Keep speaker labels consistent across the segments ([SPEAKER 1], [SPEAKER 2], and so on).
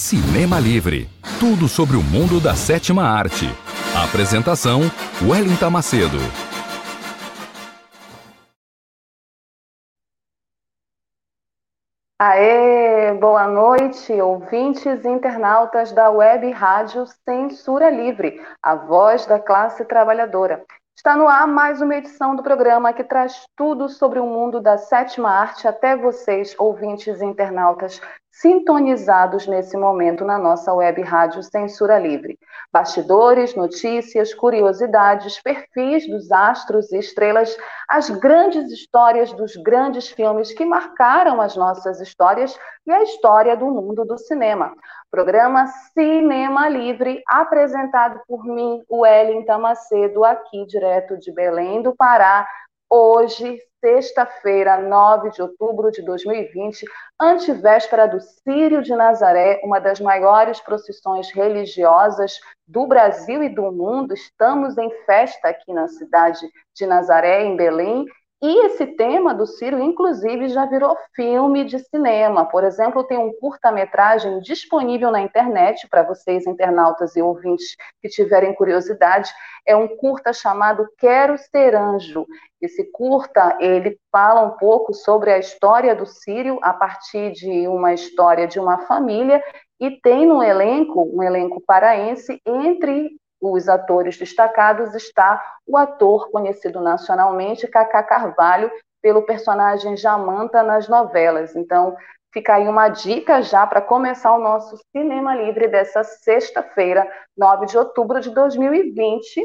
[SPEAKER 1] Cinema Livre. Tudo sobre o mundo da sétima arte. Apresentação: Wellington Macedo.
[SPEAKER 2] Aê, boa noite, ouvintes e internautas da Web Rádio Censura Livre, a voz da classe trabalhadora. Está no ar mais uma edição do programa que traz tudo sobre o mundo da sétima arte até vocês, ouvintes e internautas, sintonizados nesse momento na nossa Web Rádio Censura Livre. Bastidores, notícias, curiosidades, perfis dos astros e estrelas, as grandes histórias dos grandes filmes que marcaram as nossas histórias e a história do mundo do cinema. Programa Cinema Livre, apresentado por mim, Wellington Macedo, aqui direto de Belém do Pará, hoje, sexta-feira, 9 de outubro de 2020, antevéspera do Círio de Nazaré, uma das maiores procissões religiosas do Brasil e do mundo. Estamos em festa aqui na cidade de Nazaré, em Belém, e esse tema do Círio, inclusive, já virou filme de cinema. Por exemplo, tem um curta-metragem disponível na internet para vocês, internautas e ouvintes que tiverem curiosidade. É um curta chamado Quero Ser Anjo. Esse curta, ele fala um pouco sobre a história do Círio a partir de uma história de uma família, e tem no elenco, um elenco paraense, entre os atores destacados está o ator conhecido nacionalmente, Cacá Carvalho, pelo personagem Jamanta nas novelas. Então, fica aí uma dica já para começar o nosso Cinema Livre dessa sexta-feira, 9 de outubro de 2020.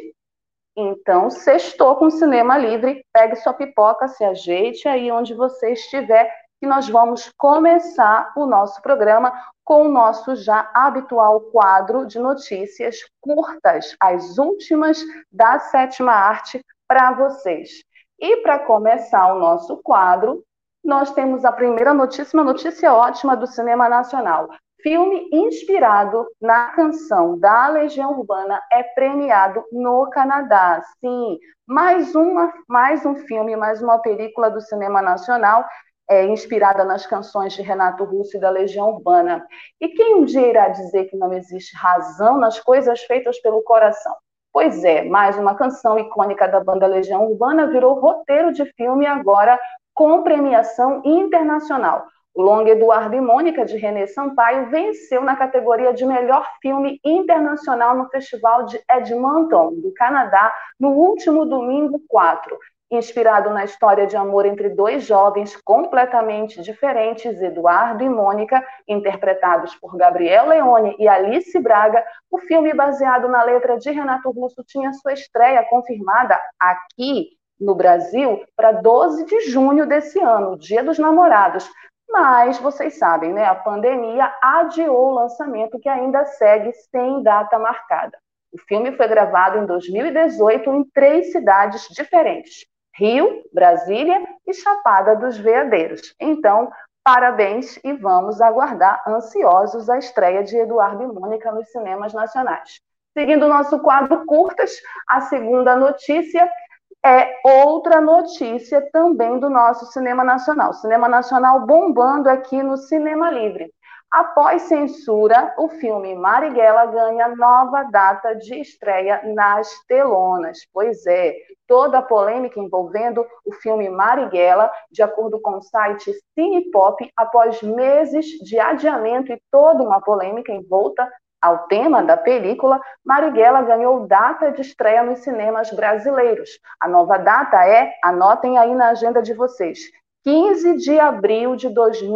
[SPEAKER 2] Então, sextou com Cinema Livre, pegue sua pipoca, se ajeite aí onde você estiver, que nós vamos começar o nosso programa com o nosso já habitual quadro de notícias curtas, as últimas da sétima arte para vocês. E para começar o nosso quadro, nós temos a primeira notícia, uma notícia ótima do cinema nacional. Filme inspirado na canção da Legião Urbana é premiado no Canadá. Sim, mais um filme, mais uma película do cinema nacional inspirada nas canções de Renato Russo e da Legião Urbana. E quem um dia irá dizer que não existe razão nas coisas feitas pelo coração? Pois é, mais uma canção icônica da banda Legião Urbana virou roteiro de filme agora com premiação internacional. O longa Eduardo e Mônica, de René Sampaio, venceu na categoria de melhor filme internacional no Festival de Edmonton, do Canadá, no último domingo 4. Inspirado na história de amor entre dois jovens completamente diferentes, Eduardo e Mônica, interpretados por Gabriel Leone e Alice Braga, o filme baseado na letra de Renato Russo tinha sua estreia confirmada aqui no Brasil para 12 de junho desse ano, Dia dos Namorados. Mas vocês sabem, né? A pandemia adiou o lançamento, que ainda segue sem data marcada. O filme foi gravado em 2018 em 3 cidades diferentes: Rio, Brasília e Chapada dos Veadeiros. Então, parabéns e vamos aguardar ansiosos a estreia de Eduardo e Mônica nos cinemas nacionais. Seguindo o nosso quadro curtas, a segunda notícia é outra notícia também do nosso cinema nacional. Cinema nacional bombando aqui no Cinema Livre. Após censura, o filme Marighella ganha nova data de estreia nas telonas. Pois é, toda a polêmica envolvendo o filme Marighella, de acordo com o site Cinepop, após meses de adiamento e toda uma polêmica envolta ao tema da película, Marighella ganhou data de estreia nos cinemas brasileiros. A nova data é, anotem aí na agenda de vocês, 15 de abril de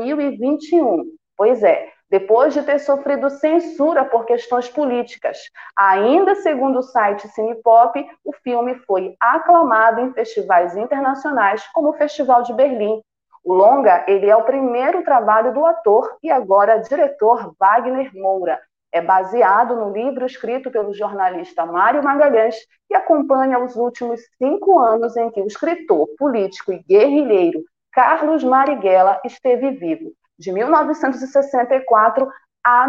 [SPEAKER 2] 2021. Pois é, depois de ter sofrido censura por questões políticas. Ainda segundo o site Cinepop, o filme foi aclamado em festivais internacionais, como o Festival de Berlim. O longa, ele é o primeiro trabalho do ator e agora diretor Wagner Moura. É baseado no livro escrito pelo jornalista Mário Magalhães e acompanha os últimos 5 anos em que o escritor, político e guerrilheiro Carlos Marighella esteve vivo, de 1964 a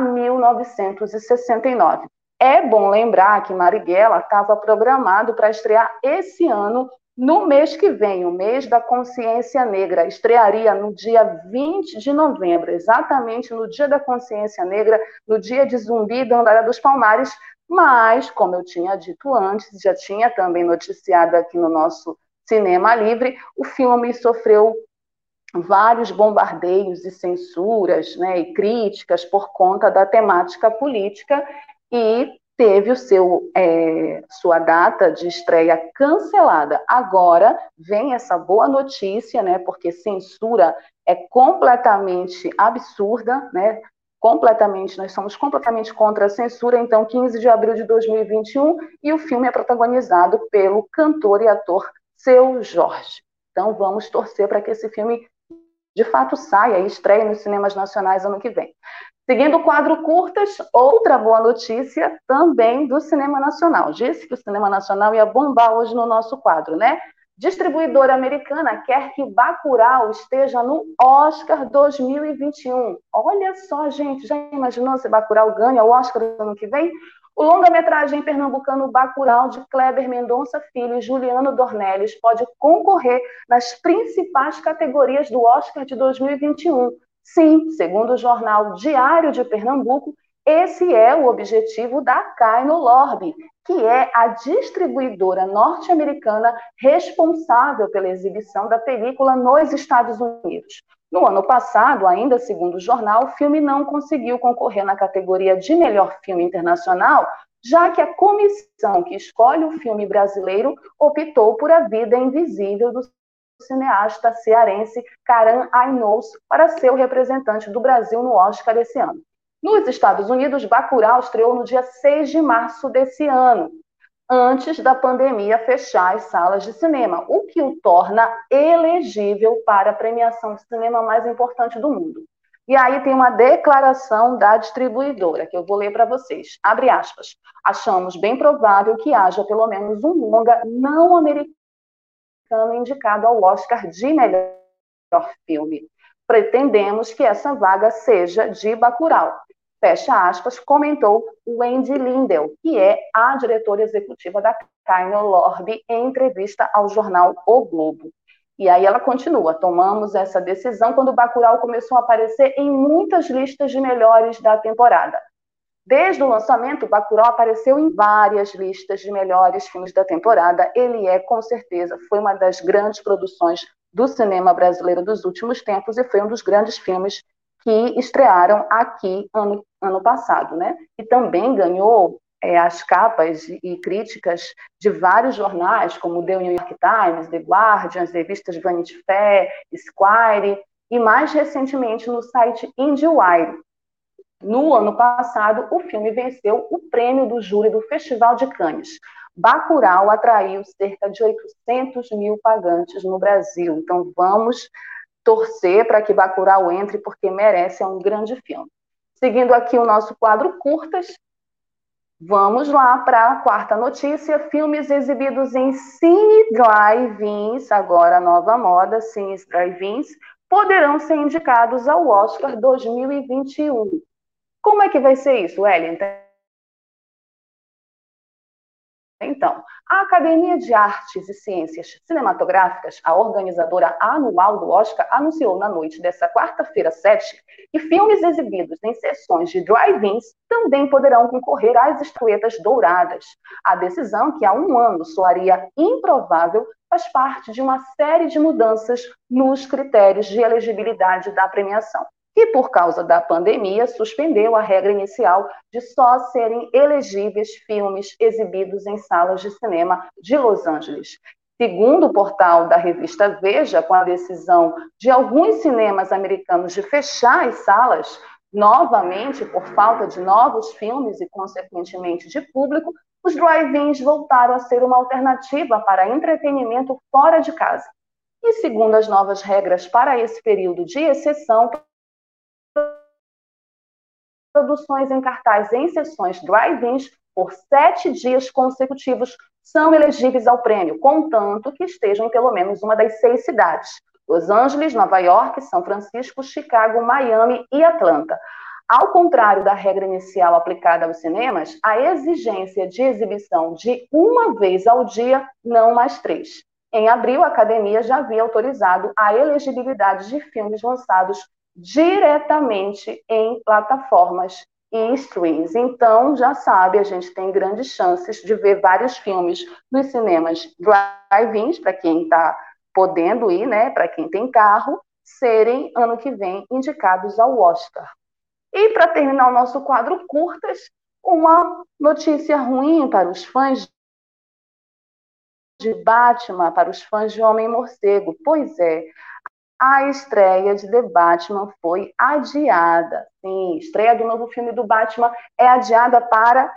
[SPEAKER 2] 1969. É bom lembrar que Marighella estava programado para estrear esse ano No mês que vem, o mês da consciência negra, estrearia no dia 20 de novembro, exatamente no dia da consciência negra, no dia de Zumbi da Andara dos Palmares, mas, como eu tinha dito antes, já tinha também noticiado aqui no nosso Cinema Livre, o filme sofreu vários bombardeios e censuras, né, e críticas por conta da temática política e teve sua data de estreia cancelada. Agora vem essa boa notícia, né, porque censura é completamente absurda, né, nós somos completamente contra a censura, então 15 de abril de 2021, e o filme é protagonizado pelo cantor e ator Seu Jorge. Então vamos torcer para que esse filme de fato saia e estreie nos cinemas nacionais ano que vem. Seguindo o quadro curtas, outra boa notícia também do cinema nacional. Disse que o cinema nacional ia bombar hoje no nosso quadro, né? Distribuidora americana quer que Bacurau esteja no Oscar 2021. Olha só, gente, já imaginou se Bacurau ganha o Oscar no ano que vem? O longa-metragem pernambucano Bacurau, de Kleber Mendonça Filho e Juliano Dornelles, pode concorrer nas principais categorias do Oscar de 2021. Sim, segundo o jornal Diário de Pernambuco, esse é o objetivo da Kaino Lorbe, que é a distribuidora norte-americana responsável pela exibição da película nos Estados Unidos. No ano passado, ainda segundo o jornal, o filme não conseguiu concorrer na categoria de melhor filme internacional, já que a comissão que escolhe o filme brasileiro optou por A Vida Invisível do cineasta cearense Karan Ainous para ser o representante do Brasil no Oscar esse ano. Nos Estados Unidos, Bacurau estreou no dia 6 de março desse ano, antes da pandemia fechar as salas de cinema, o que o torna elegível para a premiação de cinema mais importante do mundo. E aí tem uma declaração da distribuidora, que eu vou ler para vocês. Abre aspas. Achamos bem provável que haja pelo menos um longa não americano indicado ao Oscar de melhor filme. Pretendemos que essa vaga seja de Bacurau. Fecha aspas, comentou Wendy Lindell, que é a diretora executiva da Kaino Lorbe, em entrevista ao jornal O Globo. E aí ela continua, tomamos essa decisão quando Bacurau começou a aparecer em muitas listas de melhores da temporada. Desde o lançamento, Bacurau apareceu em várias listas de melhores filmes da temporada. Ele com certeza, foi uma das grandes produções do cinema brasileiro dos últimos tempos e foi um dos grandes filmes que estrearam aqui ano passado, né? E também ganhou as capas e críticas de vários jornais, como The New York Times, The Guardian, as revistas Vanity Fair, Esquire, e mais recentemente no site IndieWire. No ano passado, o filme venceu o prêmio do júri do Festival de Cannes. Bacurau atraiu cerca de 800 mil pagantes no Brasil. Então, vamos torcer para que Bacurau entre, porque merece, é um grande filme. Seguindo aqui o nosso quadro curtas, vamos lá para a quarta notícia. Filmes exibidos em Cine Drive-ins, agora a nova moda, Cine Drive-ins, poderão ser indicados ao Oscar 2021. Como é que vai ser isso, Wellington? Então, a Academia de Artes e Ciências Cinematográficas, a organizadora anual do Oscar, anunciou na noite desta quarta-feira, 7, que filmes exibidos em sessões de drive-ins também poderão concorrer às estatuetas douradas. A decisão, que há um ano soaria improvável, faz parte de uma série de mudanças nos critérios de elegibilidade da premiação, que, por causa da pandemia, suspendeu a regra inicial de só serem elegíveis filmes exibidos em salas de cinema de Los Angeles. Segundo o portal da revista Veja, com a decisão de alguns cinemas americanos de fechar as salas, novamente por falta de novos filmes e, consequentemente, de público, os drive-ins voltaram a ser uma alternativa para entretenimento fora de casa. E, segundo as novas regras para esse período de exceção, produções em cartaz em sessões drive-ins por 7 dias consecutivos são elegíveis ao prêmio, contanto que estejam em pelo menos uma das 6 cidades: Los Angeles, Nova York, São Francisco, Chicago, Miami e Atlanta. Ao contrário da regra inicial aplicada aos cinemas, a exigência de exibição de uma vez ao dia, não mais 3. Em abril, a Academia já havia autorizado a elegibilidade de filmes lançados diretamente em plataformas e streams. Então, já sabe, a gente tem grandes chances de ver vários filmes nos cinemas drive-ins, para quem está podendo ir, né, para quem tem carro, serem, ano que vem, indicados ao Oscar. E, para terminar o nosso quadro curtas, uma notícia ruim para os fãs de Batman, para os fãs de Homem-Morcego. Pois é, a estreia de The Batman foi adiada. Sim, a estreia do novo filme do Batman é adiada para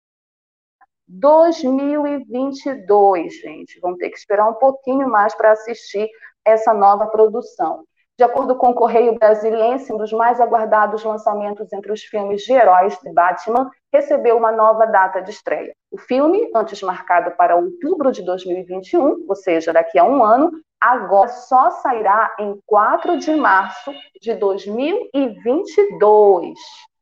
[SPEAKER 2] 2022, gente. Vamos ter que esperar um pouquinho mais para assistir essa nova produção. De acordo com o Correio Brasiliense, um dos mais aguardados lançamentos entre os filmes de heróis de Batman recebeu uma nova data de estreia. O filme, antes marcado para outubro de 2021, ou seja, daqui a um ano, agora só sairá em 4 de março de 2022.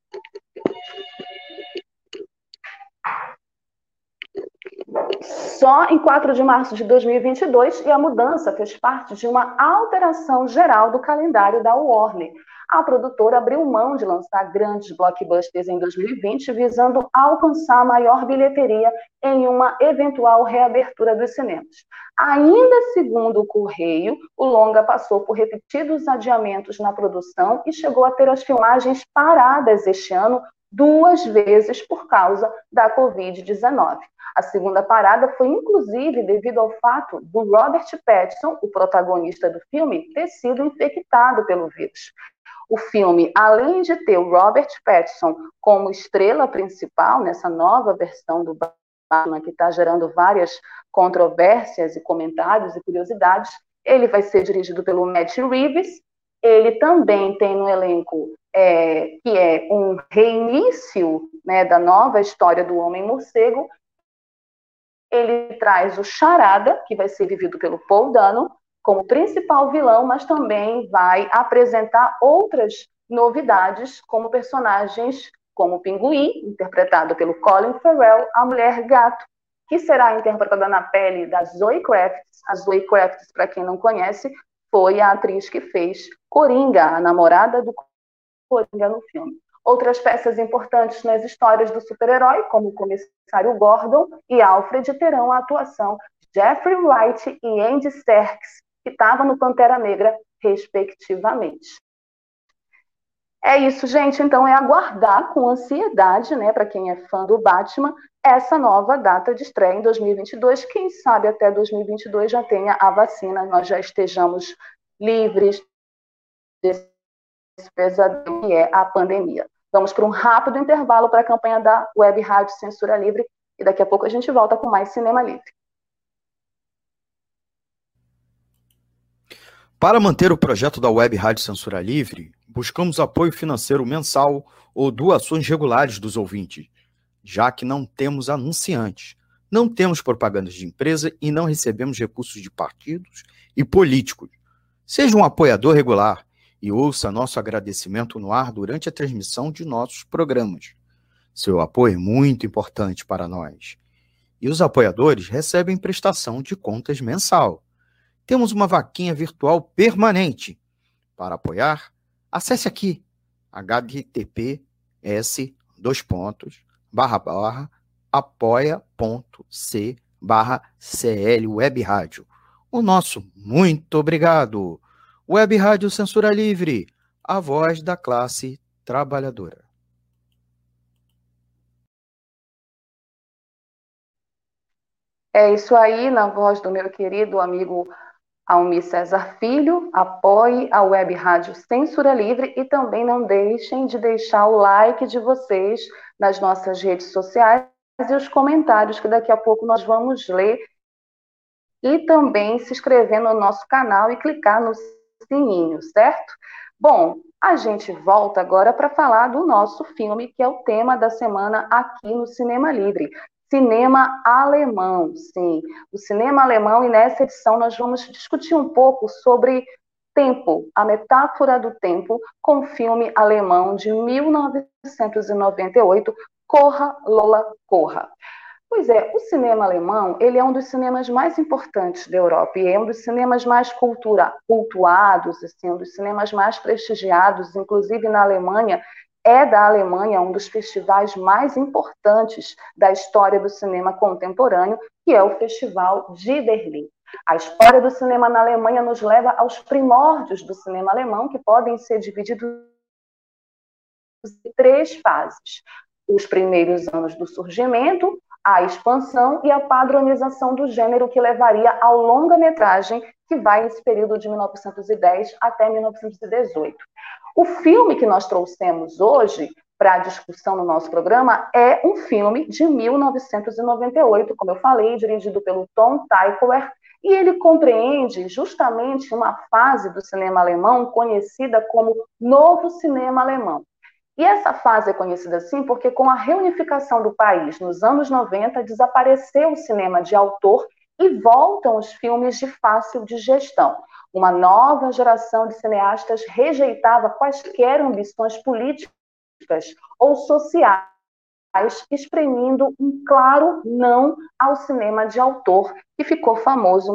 [SPEAKER 2] Só em 4 de março de 2022, e a mudança fez parte de uma alteração geral do calendário da Warner. A produtora abriu mão de lançar grandes blockbusters em 2020, visando alcançar maior bilheteria em uma eventual reabertura dos cinemas. Ainda segundo o Correio, o longa passou por repetidos adiamentos na produção e chegou a ter as filmagens paradas este ano 2 vezes por causa da Covid-19. A segunda parada foi, inclusive, devido ao fato do Robert Pattinson, o protagonista do filme, ter sido infectado pelo vírus. O filme, além de ter o Robert Pattinson como estrela principal nessa nova versão do Batman, que está gerando várias controvérsias e comentários e curiosidades, ele vai ser dirigido pelo Matt Reeves. Ele também tem no elenco que é um reinício, né, da nova história do Homem-Morcego. Ele traz o Charada, que vai ser vivido pelo Paul Dano, como principal vilão, mas também vai apresentar outras novidades, como personagens como o Pinguim, interpretado pelo Colin Farrell, a Mulher Gato, que será interpretada na pele da Zoe Kravitz. A Zoe Kravitz, para quem não conhece, foi a atriz que fez Coringa, a namorada do Coringa no filme. Outras peças importantes nas histórias do super-herói, como o comissário Gordon e Alfred, terão a atuação de Jeffrey Wright e Andy Serkis, que estava no Pantera Negra, respectivamente. É isso, gente. Então, é aguardar com ansiedade, né, para quem é fã do Batman, essa nova data de estreia em 2022. Quem sabe até 2022 já tenha a vacina, nós já estejamos livres desse pesadelo que é a pandemia. Vamos para um rápido intervalo para a campanha da Web Rádio Censura Livre e daqui a pouco a gente volta com mais Cinema Livre.
[SPEAKER 3] Para manter o projeto da Web Rádio Censura Livre, buscamos apoio financeiro mensal ou doações regulares dos ouvintes, já que não temos anunciantes, não temos propagandas de empresa e não recebemos recursos de partidos e políticos. Seja um apoiador regular e ouça nosso agradecimento no ar durante a transmissão de nossos programas. Seu apoio é muito importante para nós. E os apoiadores recebem prestação de contas mensal. Temos uma vaquinha virtual permanente. Para apoiar, acesse aqui https://apoia.c/CL Web Rádio. O nosso muito obrigado. Web Rádio Censura Livre, a voz da classe trabalhadora.
[SPEAKER 2] É isso aí, na voz do meu querido amigo Almir César Filho. Apoie a Web Rádio Censura Livre e também não deixem de deixar o like de vocês nas nossas redes sociais e os comentários que daqui a pouco nós vamos ler, e também se inscrever no nosso canal e clicar no sininho, certo? Bom, a gente volta agora para falar do nosso filme, que é o tema da semana aqui no Cinema Livre. Cinema alemão, sim, o cinema alemão, e nessa edição nós vamos discutir um pouco sobre tempo, a metáfora do tempo, com o filme alemão de 1998, Corra, Lola, Corra. Pois é, o cinema alemão, ele é um dos cinemas mais importantes da Europa e é um dos cinemas mais cultuados, assim, um dos cinemas mais prestigiados, inclusive na Alemanha, é da Alemanha um dos festivais mais importantes da história do cinema contemporâneo, que é o Festival de Berlim. A história do cinema na Alemanha nos leva aos primórdios do cinema alemão, que podem ser divididos em 3 fases. Os primeiros anos do surgimento, a expansão e a padronização do gênero, que levaria ao longa-metragem, que vai nesse período de 1910 até 1918. O filme que nós trouxemos hoje para a discussão no nosso programa é um filme de 1998, como eu falei, dirigido pelo Tom Tykwer, e ele compreende justamente uma fase do cinema alemão conhecida como Novo Cinema Alemão. E essa fase é conhecida assim porque, com a reunificação do país nos anos 90, desapareceu o cinema de autor e voltam os filmes de fácil digestão. Uma nova geração de cineastas rejeitava quaisquer ambições políticas ou sociais, exprimindo um claro não ao cinema de autor, que ficou famoso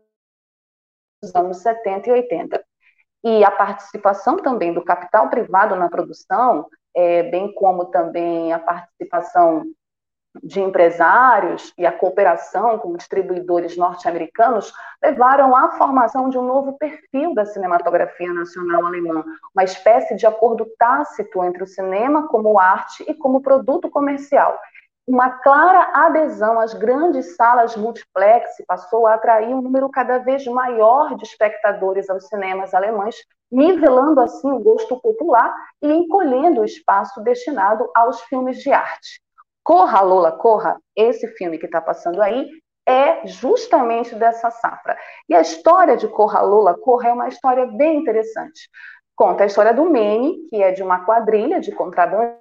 [SPEAKER 2] nos anos 70 e 80. E a participação também do capital privado na produção, bem como também a participação de empresários e a cooperação com distribuidores norte-americanos levaram à formação de um novo perfil da cinematografia nacional alemã, uma espécie de acordo tácito entre o cinema como arte e como produto comercial. Uma clara adesão às grandes salas multiplex passou a atrair um número cada vez maior de espectadores aos cinemas alemães, nivelando assim o gosto popular e encolhendo o espaço destinado aos filmes de arte. Corra, Lola, Corra, esse filme que está passando aí, é justamente dessa safra. E a história de Corra, Lola, Corra é uma história bem interessante. Conta a história do Manny, que é de uma quadrilha de contrabandistas.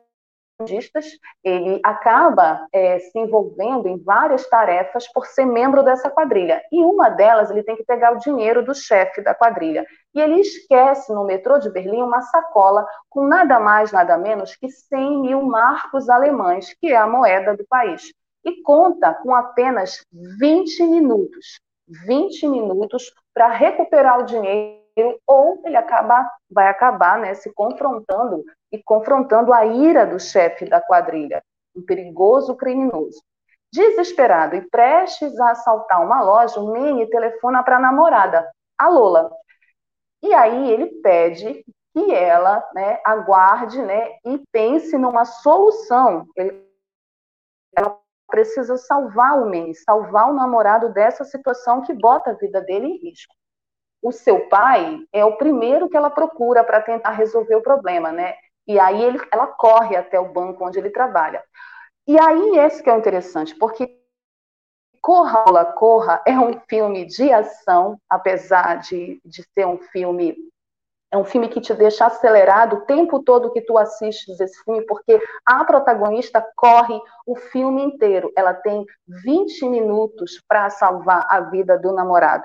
[SPEAKER 2] Ele acaba se envolvendo em várias tarefas por ser membro dessa quadrilha. E uma delas, ele tem que pegar o dinheiro do chefe da quadrilha. E ele esquece no metrô de Berlim uma sacola com nada mais, nada menos que 100 mil marcos alemães, que é a moeda do país. E conta com apenas 20 minutos. 20 minutos para recuperar o dinheiro, ou ele vai acabar, né, se confrontando e confrontando a ira do chefe da quadrilha, um perigoso criminoso. Desesperado e prestes a assaltar uma loja, o Manny telefona para a namorada, a Lola. E aí ele pede que ela, né, aguarde, né, e pense numa solução. Ela precisa salvar o Manny, salvar o namorado dessa situação que bota a vida dele em risco. O seu pai é o primeiro que ela procura para tentar resolver o problema, né? E aí ela corre até o banco onde ele trabalha. E aí esse que é o interessante, porque Corra, Lola, Corra é um filme de ação, apesar de ser um filme... É um filme que te deixa acelerado o tempo todo que tu assistes esse filme, porque a protagonista corre o filme inteiro. Ela tem 20 minutos para salvar a vida do namorado.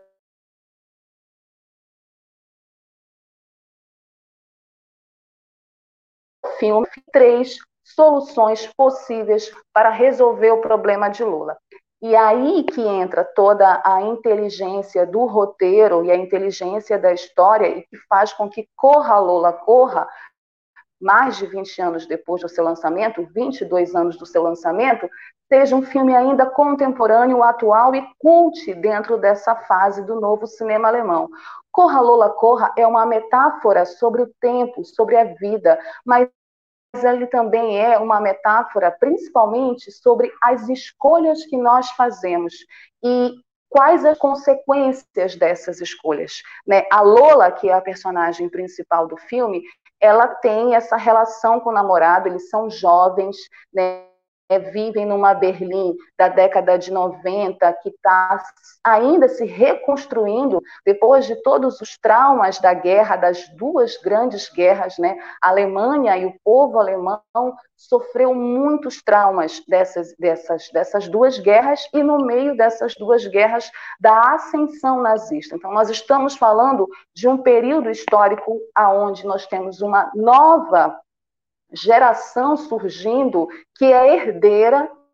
[SPEAKER 2] Filme 3 soluções possíveis para resolver o problema de Lola. E aí que entra toda a inteligência do roteiro e a inteligência da história e que faz com que Corra, Lola, Corra, mais de 20 anos depois do seu lançamento, 22 anos do seu lançamento, seja um filme ainda contemporâneo, atual e cult dentro dessa fase do novo cinema alemão. Corra, Lola, Corra é uma metáfora sobre o tempo, sobre a vida, mas ele também é uma metáfora principalmente sobre as escolhas que nós fazemos e quais as consequências dessas escolhas, né? A Lola, que é a personagem principal do filme, ela tem essa relação com o namorado, eles são jovens, né? Vivem numa Berlim da década de 90, que está ainda se reconstruindo depois de todos os traumas da guerra, das duas grandes guerras, né? A Alemanha e o povo alemão sofreu muitos traumas dessas duas guerras e no meio dessas duas guerras da ascensão nazista. Então, nós estamos falando de um período histórico onde nós temos uma nova geração surgindo que é herdeira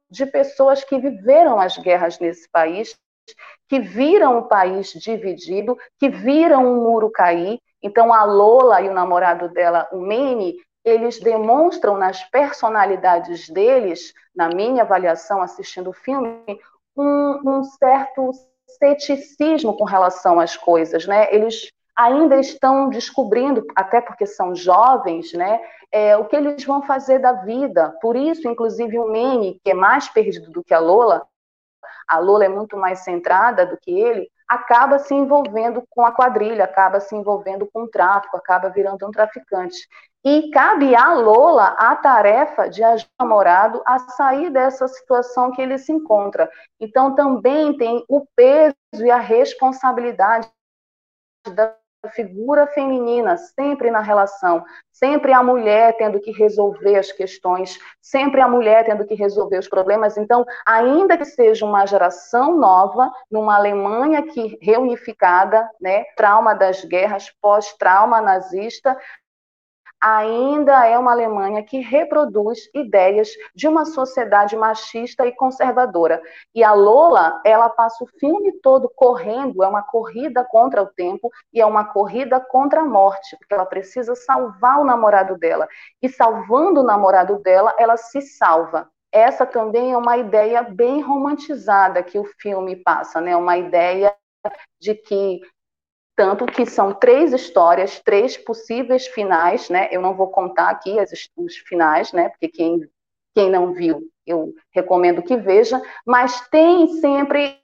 [SPEAKER 2] de pessoas que viveram as guerras nesse país, que viram o país dividido, que viram o muro cair. Então, a Lola e o namorado dela, o Manny, eles demonstram nas personalidades deles, na minha avaliação assistindo o filme, um certo ceticismo com relação às coisas, né? Eles ainda estão descobrindo, até porque são jovens, né? O que eles vão fazer da vida. Por isso, inclusive, o Manny, que é mais perdido do que a Lola é muito mais centrada do que ele, acaba se envolvendo com a quadrilha, acaba se envolvendo com o tráfico, acaba virando um traficante. E cabe à Lola a tarefa de ajudar o namorado a sair dessa situação que ele se encontra. Então, também tem o peso e a responsabilidade da figura feminina sempre na relação, sempre a mulher tendo que resolver as questões, sempre a mulher tendo que resolver os problemas. Então, ainda que seja uma geração nova, numa Alemanha que reunificada, né, trauma das guerras, pós-trauma nazista, ainda é uma Alemanha que reproduz ideias de uma sociedade machista e conservadora. E a Lola, ela passa o filme todo correndo, é uma corrida contra o tempo e é uma corrida contra a morte, porque ela precisa salvar o namorado dela. E salvando o namorado dela, ela se salva. Essa também é uma ideia bem romantizada que o filme passa, né? Uma ideia de que tanto que são 3 histórias, 3 possíveis finais, né? Eu não vou contar aqui os finais, né? Porque quem não viu, eu recomendo que veja, mas tem sempre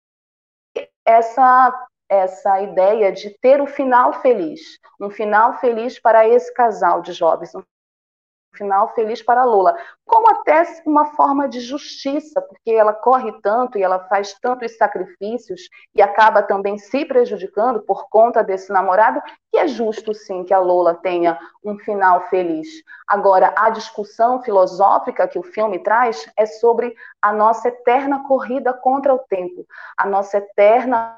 [SPEAKER 2] essa ideia de ter o final feliz, um final feliz para esse casal de jovens, um final feliz para a Lola, como até uma forma de justiça, porque ela corre tanto e ela faz tantos sacrifícios e acaba também se prejudicando por conta desse namorado, que é justo sim que a Lola tenha um final feliz. Agora, a discussão filosófica que o filme traz é sobre a nossa eterna corrida contra o tempo, a nossa eterna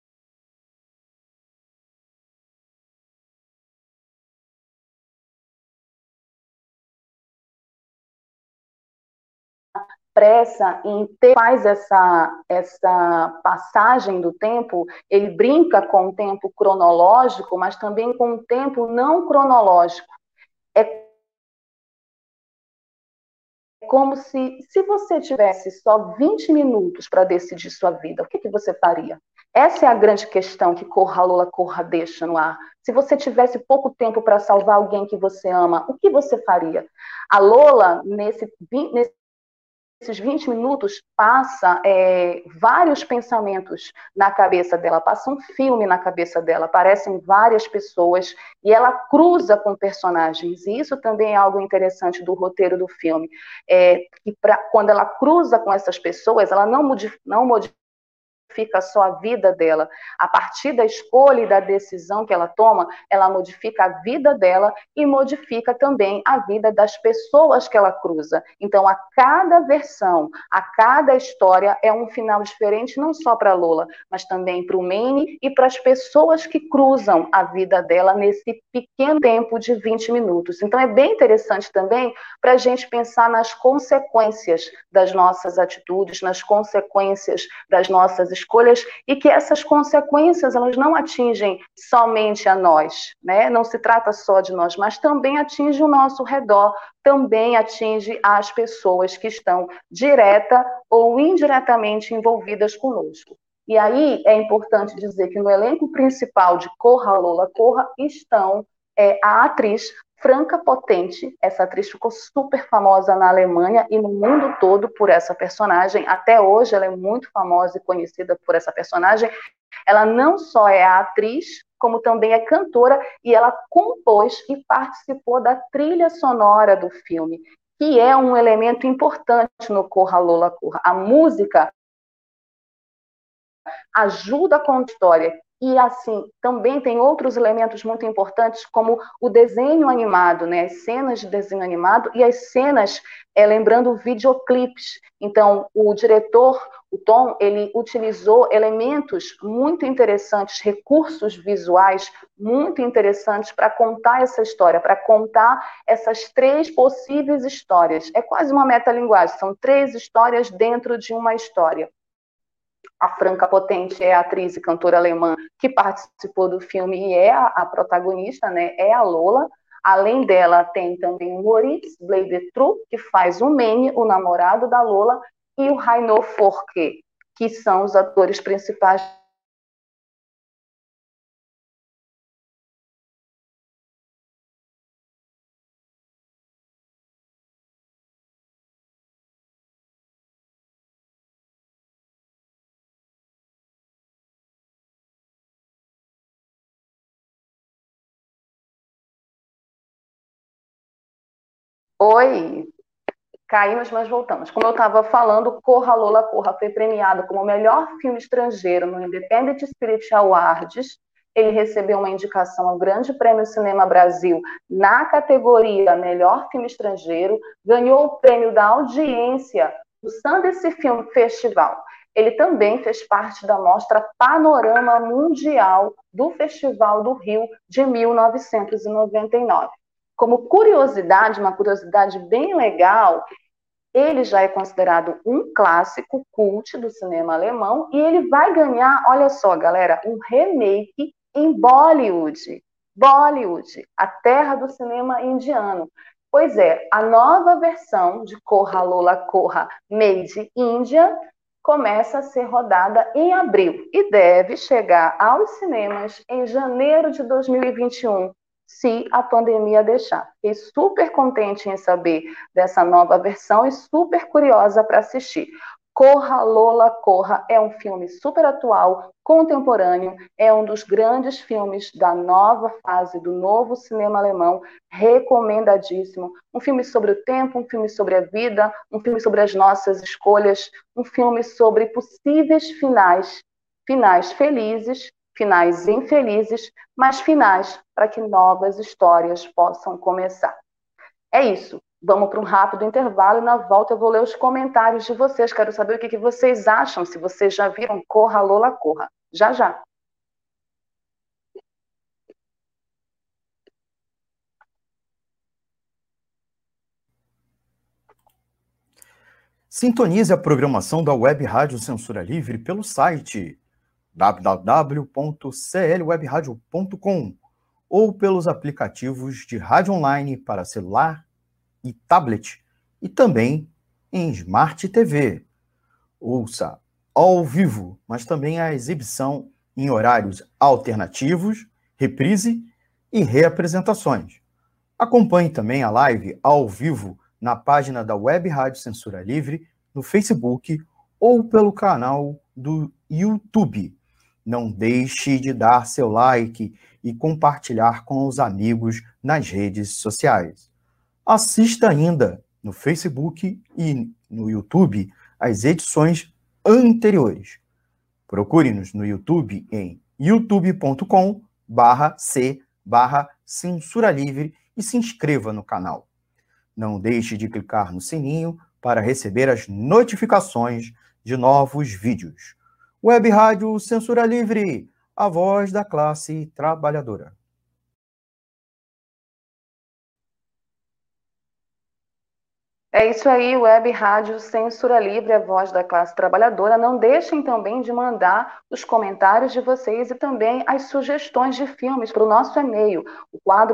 [SPEAKER 2] pressa em ter mais essa passagem do tempo, ele brinca com o tempo cronológico, mas também com o tempo não cronológico. É como se você tivesse só 20 minutos para decidir sua vida, o que você faria? Essa é a grande questão que Corra Lola Corra deixa no ar. Se você tivesse pouco tempo para salvar alguém que você ama, o que você faria? A Lola, nesses 20 minutos, passa vários pensamentos na cabeça dela, passa um filme na cabeça dela, aparecem várias pessoas e ela cruza com personagens. E isso também é algo interessante do roteiro do filme. Quando ela cruza com essas pessoas, ela não modifica só a vida dela. A partir da escolha e da decisão que ela toma, ela modifica a vida dela e modifica também a vida das pessoas que ela cruza. Então, a cada versão, a cada história é um final diferente, não só para Lola, mas também para o Manny e para as pessoas que cruzam a vida dela nesse pequeno tempo de 20 minutos. Então, é bem interessante também para a gente pensar nas consequências das nossas atitudes, nas consequências das nossas escolhas, e que essas consequências elas não atingem somente a nós, né? Não se trata só de nós, mas também atinge o nosso redor, também atinge as pessoas que estão direta ou indiretamente envolvidas conosco. E aí é importante dizer que no elenco principal de Corra Lola Corra estão a atriz Franca Potente. Essa atriz ficou super famosa na Alemanha e no mundo todo por essa personagem. Até hoje ela é muito famosa e conhecida por essa personagem. Ela não só é a atriz, como também é cantora, e ela compôs e participou da trilha sonora do filme, que é um elemento importante no Corra Lola Corra. A música ajuda a contar a história, E, assim, também tem outros elementos muito importantes, como o desenho animado, né? As cenas de desenho animado e as cenas, lembrando videoclipes. Então, o diretor, o Tom, ele utilizou elementos muito interessantes, recursos visuais muito interessantes para contar essa história, para contar essas 3 possíveis histórias. É quase uma metalinguagem, são 3 histórias dentro de uma história. A Franca Potente é a atriz e cantora alemã que participou do filme e é a protagonista, né? É a Lola. Além dela, tem também o Moritz Bleibtreu, que faz o Manny, o namorado da Lola, e o Rainer Forke, que são os atores principais. Oi, caímos, mas voltamos. Como eu estava falando, Corra Lola Corra foi premiado como o melhor filme estrangeiro no Independent Spirit Awards. Ele recebeu uma indicação ao Grande Prêmio Cinema Brasil na categoria Melhor Filme Estrangeiro, ganhou o prêmio da audiência do Sundance Film Festival. Ele também fez parte da mostra Panorama Mundial do Festival do Rio de 1999. Como curiosidade, uma curiosidade bem legal, ele já é considerado um clássico cult do cinema alemão e ele vai ganhar, olha só, galera, um remake em Bollywood. Bollywood, a terra do cinema indiano. Pois é, a nova versão de Corra Lola Corra Made India começa a ser rodada em abril e deve chegar aos cinemas em janeiro de 2021, se a pandemia deixar. Fiquei super contente em saber dessa nova versão e super curiosa para assistir. Corra, Lola, Corra é um filme super atual, contemporâneo, é um dos grandes filmes da nova fase do novo cinema alemão, recomendadíssimo. Um filme sobre o tempo, um filme sobre a vida, um filme sobre as nossas escolhas, um filme sobre possíveis finais, finais felizes, finais infelizes, mas finais para que novas histórias possam começar. É isso. Vamos para um rápido intervalo e na volta eu vou ler os comentários de vocês. Quero saber o que vocês acham, se vocês já viram Corra, Lola, Corra. Já, já.
[SPEAKER 3] Sintonize a programação da Web Rádio Censura Livre pelo site www.clwebradio.com ou pelos aplicativos de rádio online para celular e tablet e também em Smart TV. Ouça ao vivo, mas também a exibição em horários alternativos, reprise e reapresentações. Acompanhe também a live ao vivo na página da Web Rádio Censura Livre, no Facebook ou pelo canal do YouTube. Não deixe de dar seu like e compartilhar com os amigos nas redes sociais. Assista ainda no Facebook e no YouTube as edições anteriores. Procure-nos no YouTube em youtube.com/c/censura livre e se inscreva no canal. Não deixe de clicar no sininho para receber as notificações de novos vídeos. Web Rádio Censura Livre, a voz da classe trabalhadora.
[SPEAKER 2] É isso aí, Web Rádio Censura Livre, a voz da classe trabalhadora. Não deixem também de mandar os comentários de vocês e também as sugestões de filmes para o nosso e-mail, o quadro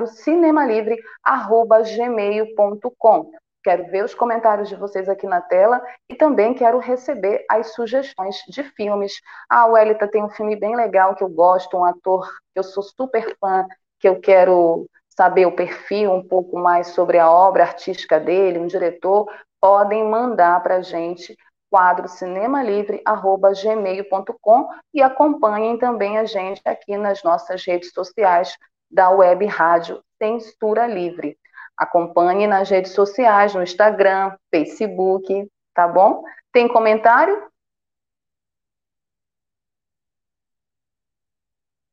[SPEAKER 2] cinemalivre@gmail.com. Quero ver os comentários de vocês aqui na tela e também quero receber as sugestões de filmes. Ah, Welita, tem um filme bem legal que eu gosto, um ator que eu sou super fã, que eu quero saber o perfil, um pouco mais sobre a obra artística dele, um diretor, podem mandar para a gente quadro cinemalivre@gmail.com e acompanhem também a gente aqui nas nossas redes sociais da Web Rádio Censura Livre. Acompanhe nas redes sociais, no Instagram, Facebook, tá bom? Tem comentário?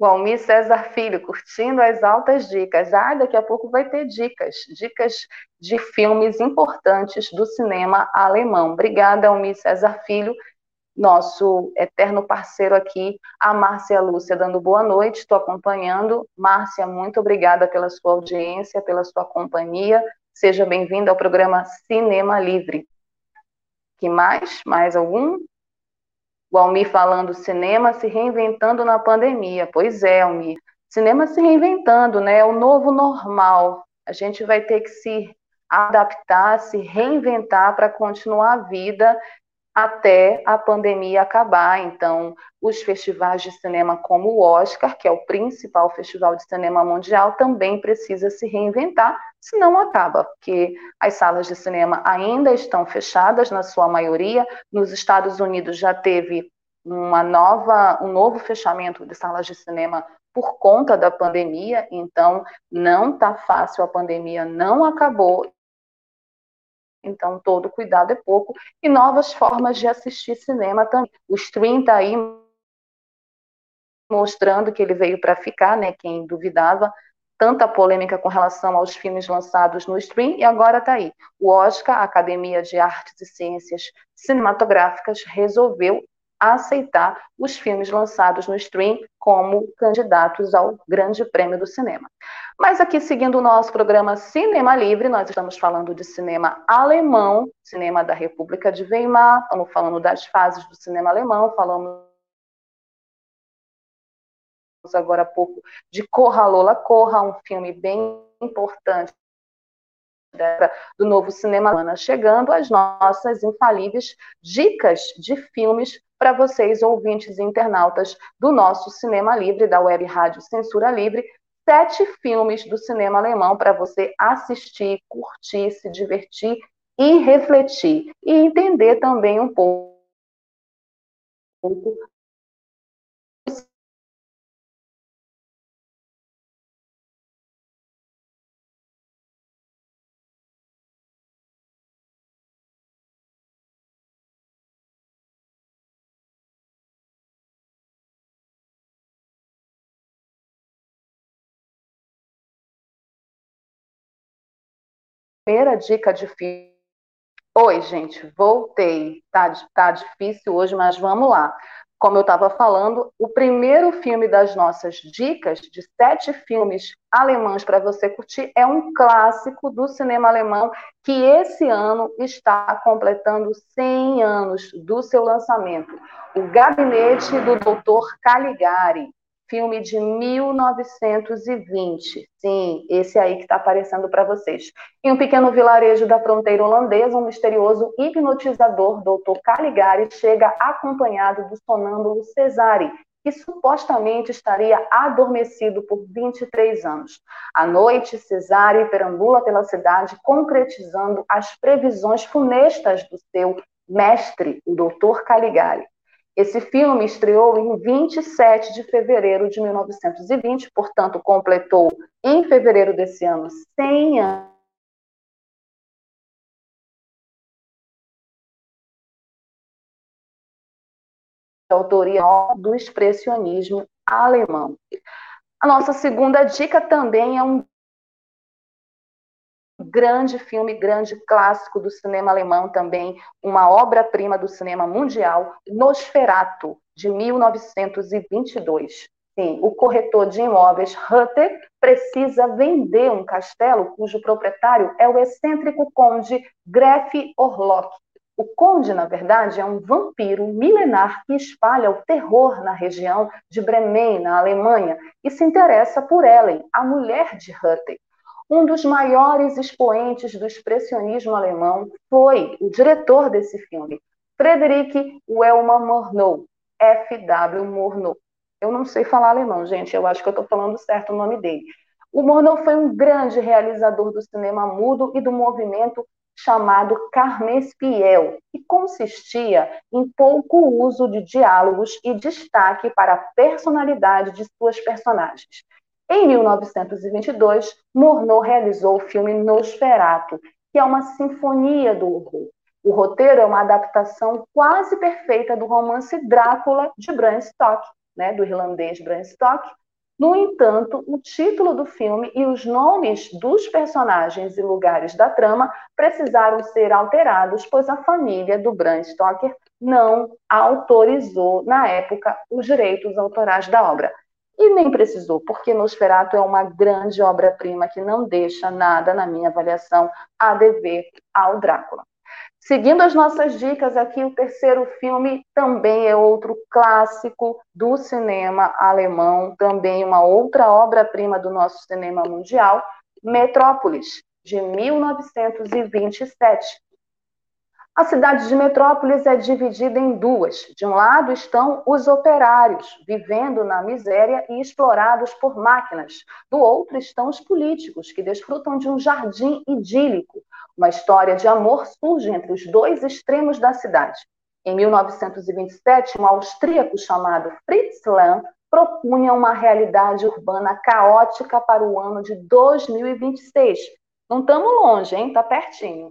[SPEAKER 2] O Almir César Filho, curtindo as altas dicas. Daqui a pouco vai ter dicas de filmes importantes do cinema alemão. Obrigada, Almir César Filho, nosso eterno parceiro aqui. A Márcia Lúcia dando boa noite, estou acompanhando. Márcia, muito obrigada pela sua audiência, pela sua companhia. Seja bem-vinda ao programa Cinema Livre. Que mais? Mais algum? O Almir falando cinema se reinventando na pandemia. Pois é, Almir. Cinema se reinventando, né? É o novo normal. A gente vai ter que se adaptar, se reinventar para continuar a vida até a pandemia acabar. Então, os festivais de cinema como o Oscar, que é o principal festival de cinema mundial, também precisa se reinventar, senão acaba, porque as salas de cinema ainda estão fechadas, na sua maioria. Nos Estados Unidos já teve um novo fechamento de salas de cinema por conta da pandemia, então não está fácil, a pandemia não acabou. Então, todo cuidado é pouco. E novas formas de assistir cinema também. O stream está aí mostrando que ele veio para ficar, né? Quem duvidava, tanta polêmica com relação aos filmes lançados no stream, e agora está aí. O Oscar, a Academia de Artes e Ciências Cinematográficas, resolveu aceitar os filmes lançados no stream como candidatos ao Grande Prêmio do Cinema. Mas aqui, seguindo o nosso programa Cinema Livre, nós estamos falando de cinema alemão, cinema da República de Weimar, estamos falando das fases do cinema alemão, falamos agora há pouco de Corra Lola Corra, um filme bem importante do novo cinema, chegando às nossas infalíveis dicas de filmes para vocês, ouvintes e internautas do nosso Cinema Livre, da Web Rádio Censura Livre. 7 filmes do cinema alemão para você assistir, curtir, se divertir e refletir. E entender também um pouco primeira dica de filme. Oi, gente, voltei. Tá difícil hoje, mas vamos lá. Como eu estava falando, o primeiro filme das nossas dicas, de 7 filmes alemães para você curtir, é um clássico do cinema alemão que esse ano está completando 100 anos do seu lançamento. O Gabinete do Dr. Caligari. Filme de 1920. Sim, esse aí que está aparecendo para vocês. Em um pequeno vilarejo da fronteira holandesa, um misterioso hipnotizador, Dr. Caligari, chega acompanhado do sonâmbulo Cesare, que supostamente estaria adormecido por 23 anos. À noite, Cesare perambula pela cidade, concretizando as previsões funestas do seu mestre, o Dr. Caligari. Esse filme estreou em 27 de fevereiro de 1920, portanto, completou em fevereiro desse ano 100 anos. De autoria do expressionismo alemão. A nossa segunda dica também é um grande filme, grande clássico do cinema alemão também, uma obra-prima do cinema mundial, Nosferatu, de 1922. Sim, o corretor de imóveis Hutter precisa vender um castelo cujo proprietário é o excêntrico conde Gref Orlok. O conde, na verdade, é um vampiro milenar que espalha o terror na região de Bremen, na Alemanha, e se interessa por Ellen, a mulher de Hutter. Um dos maiores expoentes do expressionismo alemão foi o diretor desse filme, Friedrich Wilhelm Murnau, F.W. Murnau. Eu não sei falar alemão, gente, eu acho que eu estou falando certo o nome dele. O Murnau foi um grande realizador do cinema mudo e do movimento chamado Carmespiel, que consistia em pouco uso de diálogos e destaque para a personalidade de suas personagens. Em 1922, Murnau realizou o filme Nosferatu, que é uma sinfonia do horror. O roteiro é uma adaptação quase perfeita do romance Drácula de Bram Stoker, né, do irlandês Bram Stoker, No entanto, o título do filme e os nomes dos personagens e lugares da trama precisaram ser alterados, pois a família do Bram Stoker não autorizou, na época, os direitos autorais da obra. E nem precisou, porque Nosferatu é uma grande obra-prima que não deixa nada, na minha avaliação, a dever ao Drácula. Seguindo as nossas dicas aqui, o terceiro filme também é outro clássico do cinema alemão, também uma outra obra-prima do nosso cinema mundial, Metrópolis, de 1927. A cidade de Metrópolis é dividida em duas. De um lado estão os operários, vivendo na miséria e explorados por máquinas. Do outro estão os políticos, que desfrutam de um jardim idílico. Uma história de amor surge entre os dois extremos da cidade. Em 1927, um austríaco chamado Fritz Lang propunha uma realidade urbana caótica para o ano de 2026. Não estamos longe, hein? Está pertinho.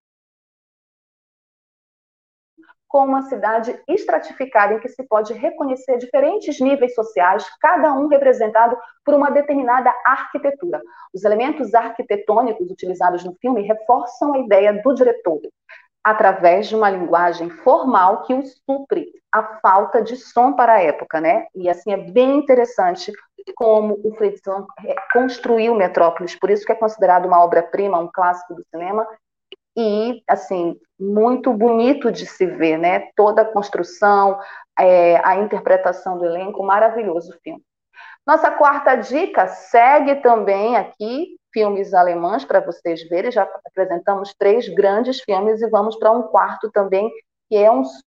[SPEAKER 2] Com uma cidade estratificada em que se pode reconhecer diferentes níveis sociais, cada um representado por uma determinada arquitetura. Os elementos arquitetônicos utilizados no filme reforçam a ideia do diretor, através de uma linguagem formal que os supre a falta de som para a época, né? E assim é bem interessante como o Fritz Lang construiu Metrópolis, por isso que é considerado uma obra-prima, um clássico do cinema, e, assim, muito bonito de se ver, né? Toda a construção, a interpretação do elenco, maravilhoso filme. Nossa quarta dica segue também aqui, filmes alemães, para vocês verem, já apresentamos 3 grandes filmes e vamos para um quarto também, que é um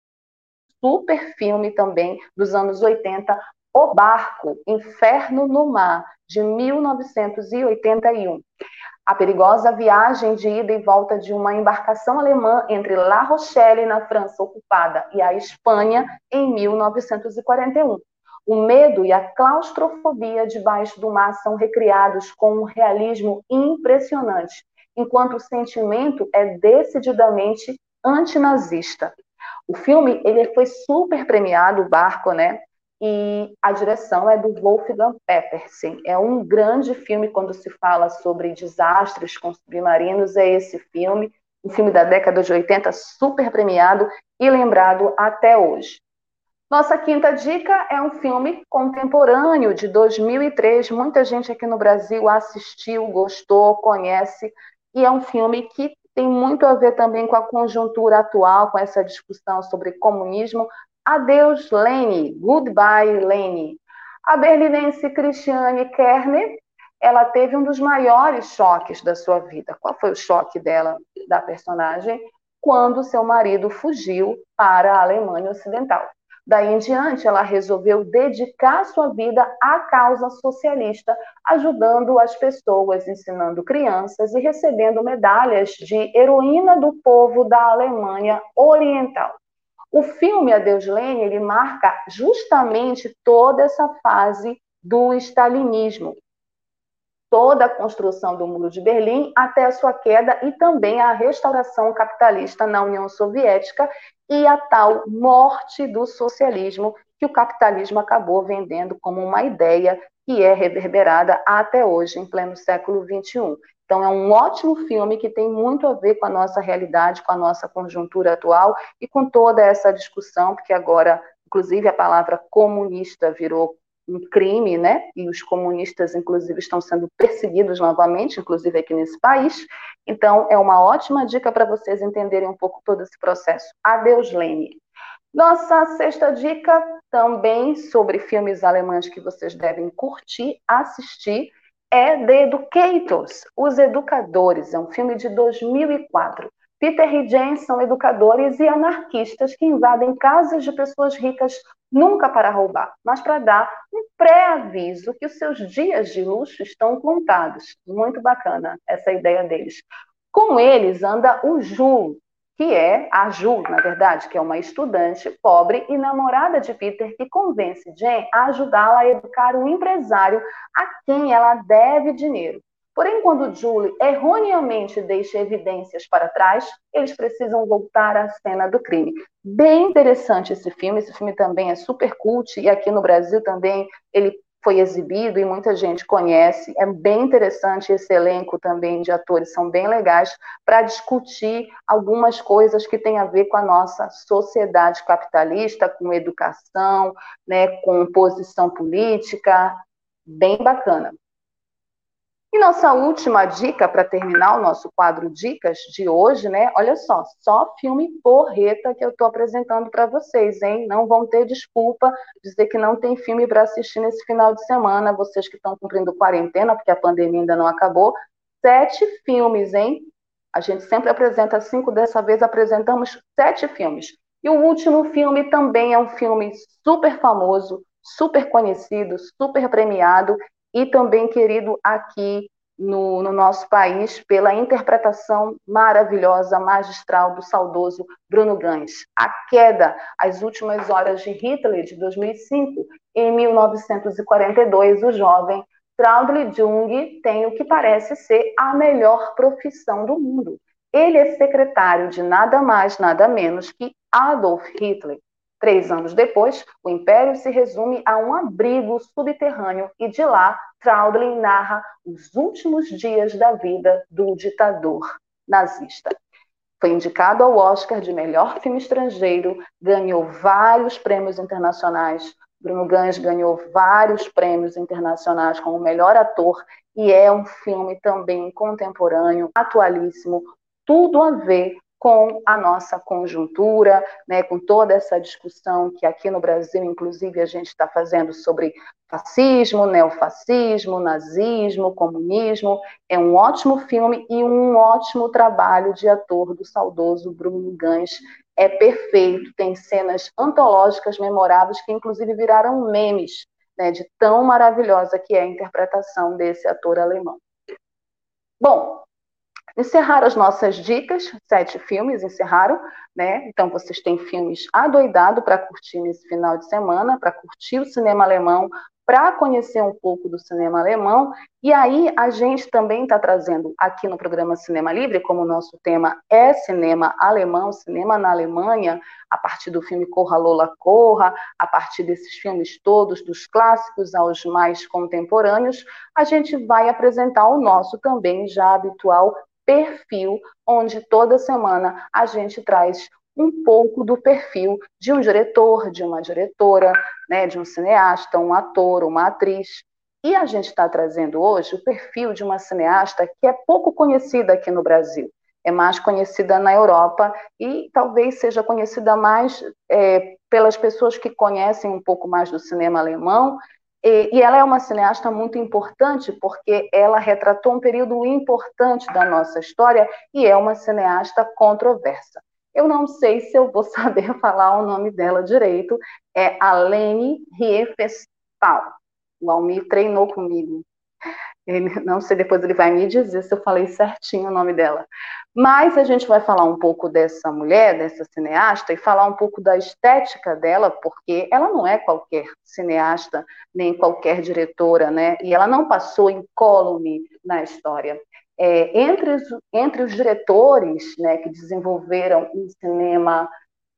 [SPEAKER 2] super filme também dos anos 80, O Barco, Inferno no Mar, de 1981. A perigosa viagem de ida e volta de uma embarcação alemã entre La Rochelle, na França ocupada, e a Espanha, em 1941. O medo e a claustrofobia debaixo do mar são recriados com um realismo impressionante, enquanto o sentimento é decididamente antinazista. O filme ele foi super premiado, o Barco, né? E a direção é do Wolfgang Petersen. É um grande filme quando se fala sobre desastres com submarinos, é esse filme, um filme da década de 80, super premiado e lembrado até hoje. Nossa quinta dica é um filme contemporâneo de 2003, muita gente aqui no Brasil assistiu, gostou, conhece, e é um filme que tem muito a ver também com a conjuntura atual, com essa discussão sobre comunismo. Adeus, Leni, Goodbye, Leni. A berlinense Christiane Kerner, ela teve um dos maiores choques da sua vida. Qual foi o choque dela, da personagem? Quando seu marido fugiu para a Alemanha Ocidental. Daí em diante, ela resolveu dedicar sua vida à causa socialista, ajudando as pessoas, ensinando crianças e recebendo medalhas de heroína do povo da Alemanha Oriental. O filme Adeus Leni, ele marca justamente toda essa fase do stalinismo, toda a construção do Muro de Berlim até a sua queda e também a restauração capitalista na União Soviética e a tal morte do socialismo que o capitalismo acabou vendendo como uma ideia que é reverberada até hoje, em pleno século XXI. Então, é um ótimo filme que tem muito a ver com a nossa realidade, com a nossa conjuntura atual e com toda essa discussão, porque agora, inclusive, a palavra comunista virou um crime, né? E os comunistas, inclusive, estão sendo perseguidos novamente, inclusive aqui nesse país. Então, é uma ótima dica para vocês entenderem um pouco todo esse processo. Adeus, Leni. Nossa sexta dica, também sobre filmes alemães que vocês devem curtir, assistir, é The Educators, Os Educadores. É um filme de 2004. Peter e Jane são educadores e anarquistas que invadem casas de pessoas ricas nunca para roubar, mas para dar um pré-aviso que os seus dias de luxo estão contados. Muito bacana essa ideia deles. Com eles anda o Jules, que é a Ju, na verdade, que é uma estudante pobre e namorada de Peter, que convence Jane a ajudá-la a educar um empresário a quem ela deve dinheiro. Porém, quando Julie erroneamente deixa evidências para trás, eles precisam voltar à cena do crime. Bem interessante esse filme também é super cult, e aqui no Brasil também ele foi exibido e muita gente conhece. É bem interessante, esse elenco também de atores são bem legais para discutir algumas coisas que têm a ver com a nossa sociedade capitalista, com educação, né, com posição política, bem bacana. E nossa última dica, para terminar o nosso quadro Dicas de hoje, né? Olha só filme porreta que eu estou apresentando para vocês, hein? Não vão ter desculpa dizer que não tem filme para assistir nesse final de semana, vocês que estão cumprindo quarentena, porque a pandemia ainda não acabou. 7 filmes, hein? A gente sempre apresenta 5, dessa vez apresentamos 7 filmes. E o último filme também é um filme super famoso, super conhecido, super premiado, e também querido aqui no nosso país pela interpretação maravilhosa, magistral do saudoso Bruno Ganz. A Queda, As Últimas Horas de Hitler, de 2005. Em 1942, o jovem Traudl Jung tem o que parece ser a melhor profissão do mundo. Ele é secretário de nada mais, nada menos que Adolf Hitler. 3 anos depois, o Império se resume a um abrigo subterrâneo e de lá, Traudl narra os últimos dias da vida do ditador nazista. Foi indicado ao Oscar de melhor filme estrangeiro, ganhou vários prêmios internacionais. Bruno Ganz ganhou vários prêmios internacionais como melhor ator e é um filme também contemporâneo, atualíssimo, tudo a ver com a nossa conjuntura, né, com toda essa discussão que aqui no Brasil, inclusive, a gente está fazendo sobre fascismo, neofascismo, nazismo, comunismo. É um ótimo filme e um ótimo trabalho de ator do saudoso Bruno Ganz. É perfeito, tem cenas antológicas memoráveis que, inclusive, viraram memes, né, de tão maravilhosa que é a interpretação desse ator alemão. Bom, encerraram as nossas dicas, 7 filmes encerraram, né? Então vocês têm filmes adoidado para curtir nesse final de semana, para curtir o cinema alemão, para conhecer um pouco do cinema alemão. E aí a gente também está trazendo aqui no programa Cinema Livre, como o nosso tema é cinema alemão, cinema na Alemanha, a partir do filme Corra Lola Corra, a partir desses filmes todos, dos clássicos aos mais contemporâneos, a gente vai apresentar o nosso também já habitual perfil, onde toda semana a gente traz um pouco do perfil de um diretor, de uma diretora, né, de um cineasta, um ator, uma atriz. E a gente está trazendo hoje o perfil de uma cineasta que é pouco conhecida aqui no Brasil. É mais conhecida na Europa e talvez seja conhecida mais pelas pessoas que conhecem um pouco mais do cinema alemão. E ela é uma cineasta muito importante porque ela retratou um período importante da nossa história e é uma cineasta controversa. Eu não sei se eu vou saber falar o nome dela direito, é a Leni Riefenstahl. O Almir treinou comigo. Não sei, depois ele vai me dizer se eu falei certinho o nome dela. Mas a gente vai falar um pouco dessa mulher, dessa cineasta, e falar um pouco da estética dela, porque ela não é qualquer cineasta, nem qualquer diretora, né? E ela não passou incólume na história. Entre os diretores, né, que desenvolveram um cinema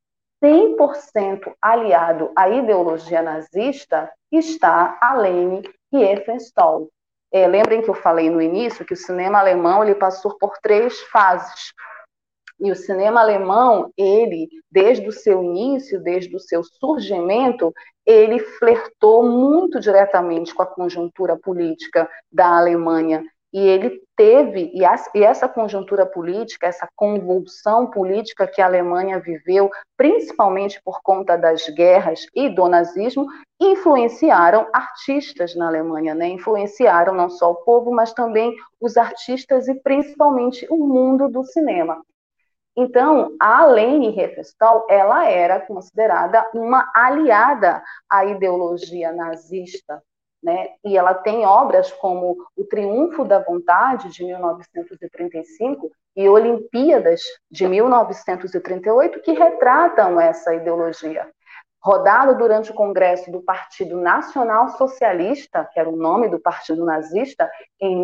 [SPEAKER 2] 100% aliado à ideologia nazista, está a Leni Riefenstahl. Lembrem que eu falei no início que o cinema alemão ele passou por 3 fases. E o cinema alemão, ele, desde o seu início, desde o seu surgimento, ele flertou muito diretamente com a conjuntura política da Alemanha. E ele teve, e essa conjuntura política, essa convulsão política que a Alemanha viveu, principalmente por conta das guerras e do nazismo, influenciaram artistas na Alemanha, né? Influenciaram não só o povo, mas também os artistas e principalmente o mundo do cinema. Então, a Leni Riefenstahl, ela era considerada uma aliada à ideologia nazista, né? E ela tem obras como O Triunfo da Vontade, de 1935, e Olimpíadas, de 1938, que retratam essa ideologia. Rodado durante o Congresso do Partido Nacional Socialista, que era o nome do Partido Nazista, em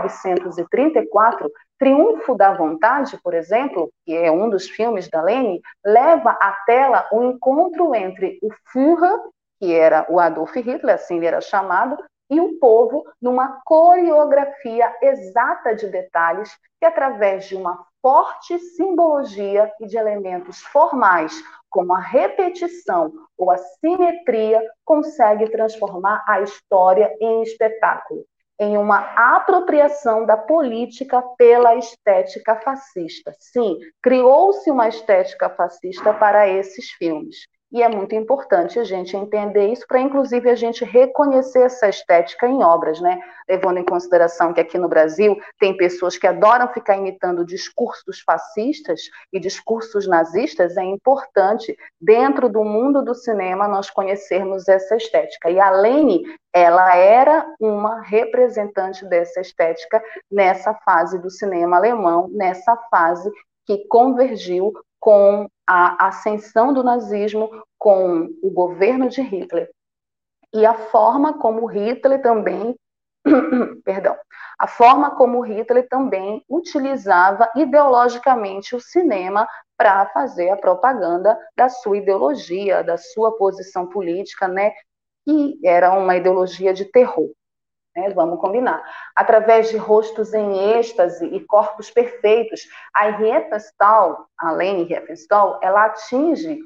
[SPEAKER 2] 1934, Triunfo da Vontade, por exemplo, que é um dos filmes da Leni, leva à tela o encontro entre o Führer, que era o Adolf Hitler, assim ele era chamado, e o povo numa coreografia exata de detalhes que, através de uma forte simbologia e de elementos formais, como a repetição ou a simetria, consegue transformar a história em espetáculo, em uma apropriação da política pela estética fascista. Sim, criou-se uma estética fascista para esses filmes. E é muito importante a gente entender isso para, inclusive, a gente reconhecer essa estética em obras, né? Levando em consideração que aqui no Brasil tem pessoas que adoram ficar imitando discursos fascistas e discursos nazistas, é importante, dentro do mundo do cinema, nós conhecermos essa estética. E a Leni, ela era uma representante dessa estética nessa fase do cinema alemão, nessa fase que convergiu com a ascensão do nazismo, com o governo de Hitler. E a forma como Hitler também, perdão, a forma como Hitler também utilizava ideologicamente o cinema para fazer a propaganda da sua ideologia, da sua posição política, né? E era uma ideologia de terror. Vamos combinar. Através de rostos em êxtase e corpos perfeitos, a Riefenstahl, a Leni Riefenstahl, ela atinge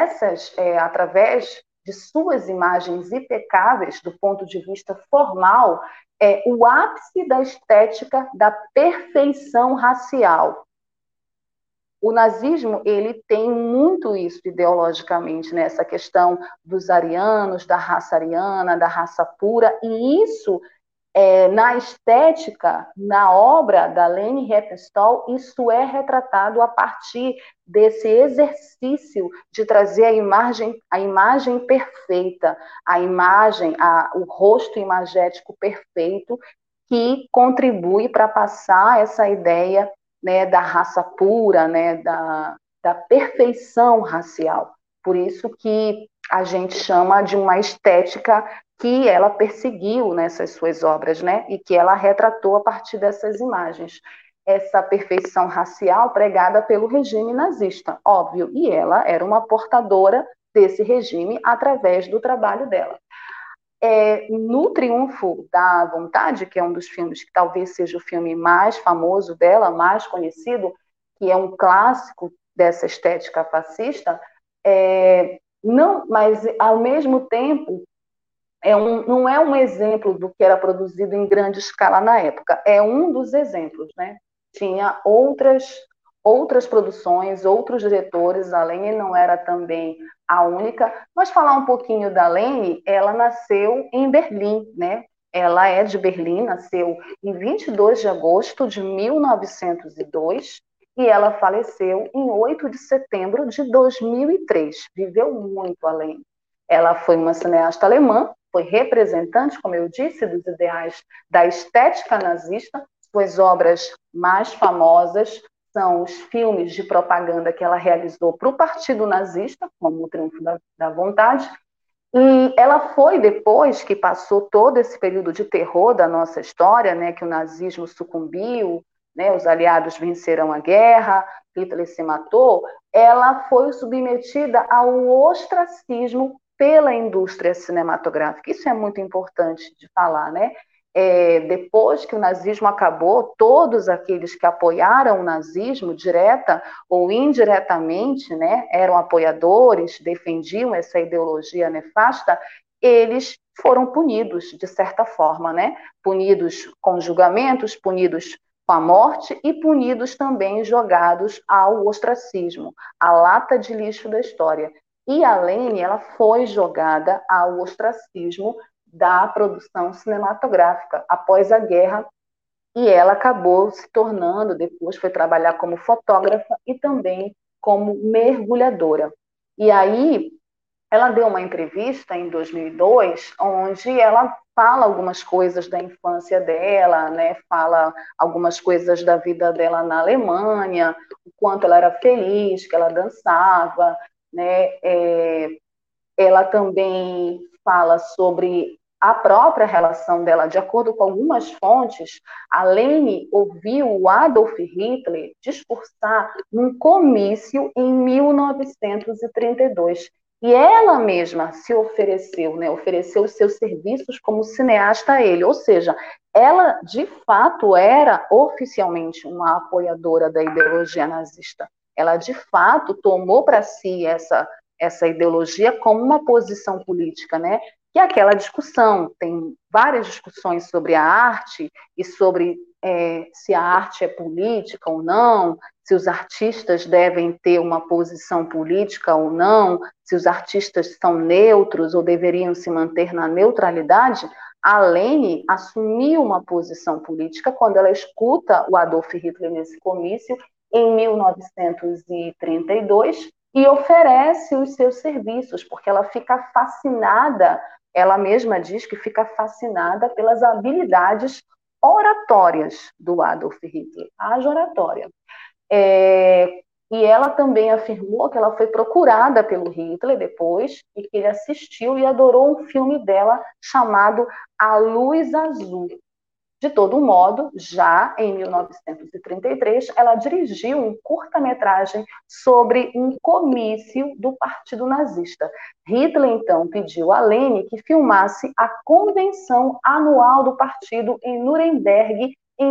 [SPEAKER 2] através de suas imagens impecáveis do ponto de vista formal, o ápice da estética da perfeição racial. O nazismo, ele tem muito isso ideologicamente, né? Essa questão dos arianos, da raça ariana, da raça pura, e isso na estética, na obra da Leni Riefenstahl, isso é retratado a partir desse exercício de trazer a imagem perfeita, a imagem, o rosto imagético perfeito, que contribui para passar essa ideia, né, da raça pura, né, da perfeição racial. Por isso que a gente chama de uma estética que ela perseguiu nessas suas obras, né? E que ela retratou a partir dessas imagens. Essa perfeição racial pregada pelo regime nazista, óbvio, e ela era uma portadora desse regime através do trabalho dela. No Triunfo da Vontade, que é um dos filmes que talvez seja o filme mais famoso dela, mais conhecido, que é um clássico dessa estética fascista, não, mas ao mesmo tempo não é um exemplo do que era produzido em grande escala na época, é um dos exemplos, né? Tinha outras produções, outros diretores, a Leni não era também a única. Mas falar um pouquinho da Leni, ela nasceu em Berlim, né? Ela é de Berlim, nasceu em 22 de agosto de 1902 e ela faleceu em 8 de setembro de 2003. Viveu muito a Leni. Ela foi uma cineasta alemã, foi representante, como eu disse, dos ideais da estética nazista. Suas obras mais famosas são os filmes de propaganda que ela realizou para o Partido Nazista, como O Triunfo da Vontade. E ela foi, depois que passou todo esse período de terror da nossa história, né, que o nazismo sucumbiu, né, os aliados venceram a guerra, Hitler se matou, ela foi submetida ao ostracismo pela indústria cinematográfica. Isso é muito importante de falar, né? Depois que o nazismo acabou, todos aqueles que apoiaram o nazismo, direta ou indiretamente, né, eram apoiadores, defendiam essa ideologia nefasta, eles foram punidos, de certa forma, né? Punidos com julgamentos, punidos com a morte e punidos também jogados ao ostracismo, à lata de lixo da história. E a Leni, ela foi jogada ao ostracismo da produção cinematográfica após a guerra, e ela acabou se tornando, depois foi trabalhar como fotógrafa e também como mergulhadora. E aí ela deu uma entrevista em 2002, onde ela fala algumas coisas da infância dela, né? Fala algumas coisas da vida dela na Alemanha, o quanto ela era feliz, que ela dançava, né? Ela também fala sobre a própria relação dela. De acordo com algumas fontes, a Leni ouviu o Adolf Hitler discursar num comício em 1932. E ela mesma se ofereceu, né, ofereceu os seus serviços como cineasta a ele, ou seja, ela de fato era oficialmente uma apoiadora da ideologia nazista. Ela de fato tomou para si essa ideologia como uma posição política, né? Que é aquela discussão, tem várias discussões sobre a arte e sobre se a arte é política ou não, se os artistas devem ter uma posição política ou não, se os artistas são neutros ou deveriam se manter na neutralidade. A Lene assumiu uma posição política quando ela escuta o Adolf Hitler nesse comício em 1932 e oferece os seus serviços, porque ela fica fascinada, ela mesma diz que fica fascinada pelas habilidades oratórias do Adolf Hitler, haja oratória. E ela também afirmou que ela foi procurada pelo Hitler depois e que ele assistiu e adorou um filme dela chamado A Luz Azul. De todo modo, já em 1933, ela dirigiu um curta-metragem sobre um comício do Partido Nazista. Hitler, então, pediu a Lene que filmasse a convenção anual do partido em Nuremberg em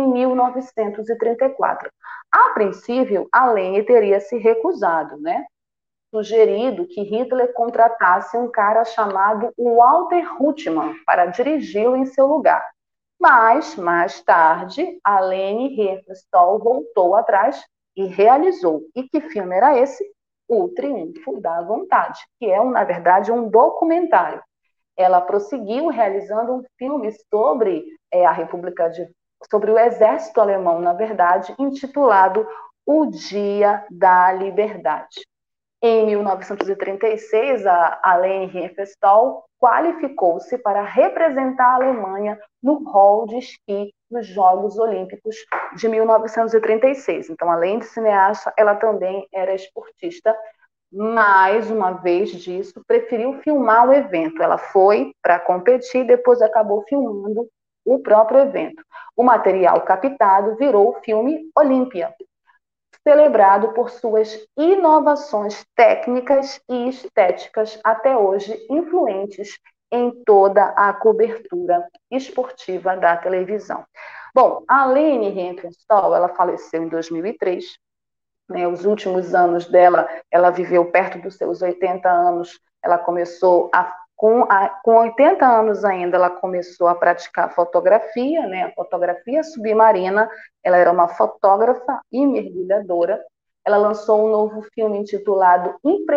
[SPEAKER 2] 1934. A princípio, a Lene teria se recusado, né? Sugerido que Hitler contratasse um cara chamado Walter Ruttmann para dirigi-lo em seu lugar. Mas, mais tarde, a Leni Riefenstahl voltou atrás e realizou. E que filme era esse? O Triunfo da Vontade, que é, na verdade, um documentário. Ela prosseguiu realizando um filme sobre a República sobre o exército alemão, na verdade, intitulado O Dia da Liberdade. Em 1936, a Leni Riefenstahl qualificou-se para representar a Alemanha no hall de esqui nos Jogos Olímpicos de 1936. Então, além de cineasta, ela também era esportista. Mais uma vez disso, preferiu filmar o evento. Ela foi para competir e depois acabou filmando o próprio evento. O material captado virou o filme Olímpia, celebrado por suas inovações técnicas e estéticas até hoje influentes em toda a cobertura esportiva da televisão. Bom, a Leni Riefenstahl, ela faleceu em 2003, né, os últimos anos dela, ela viveu perto dos seus 80 anos, ela começou com 80 anos ainda, ela começou a praticar fotografia, né, a fotografia submarina. Ela era uma fotógrafa e mergulhadora. Ela lançou um novo filme intitulado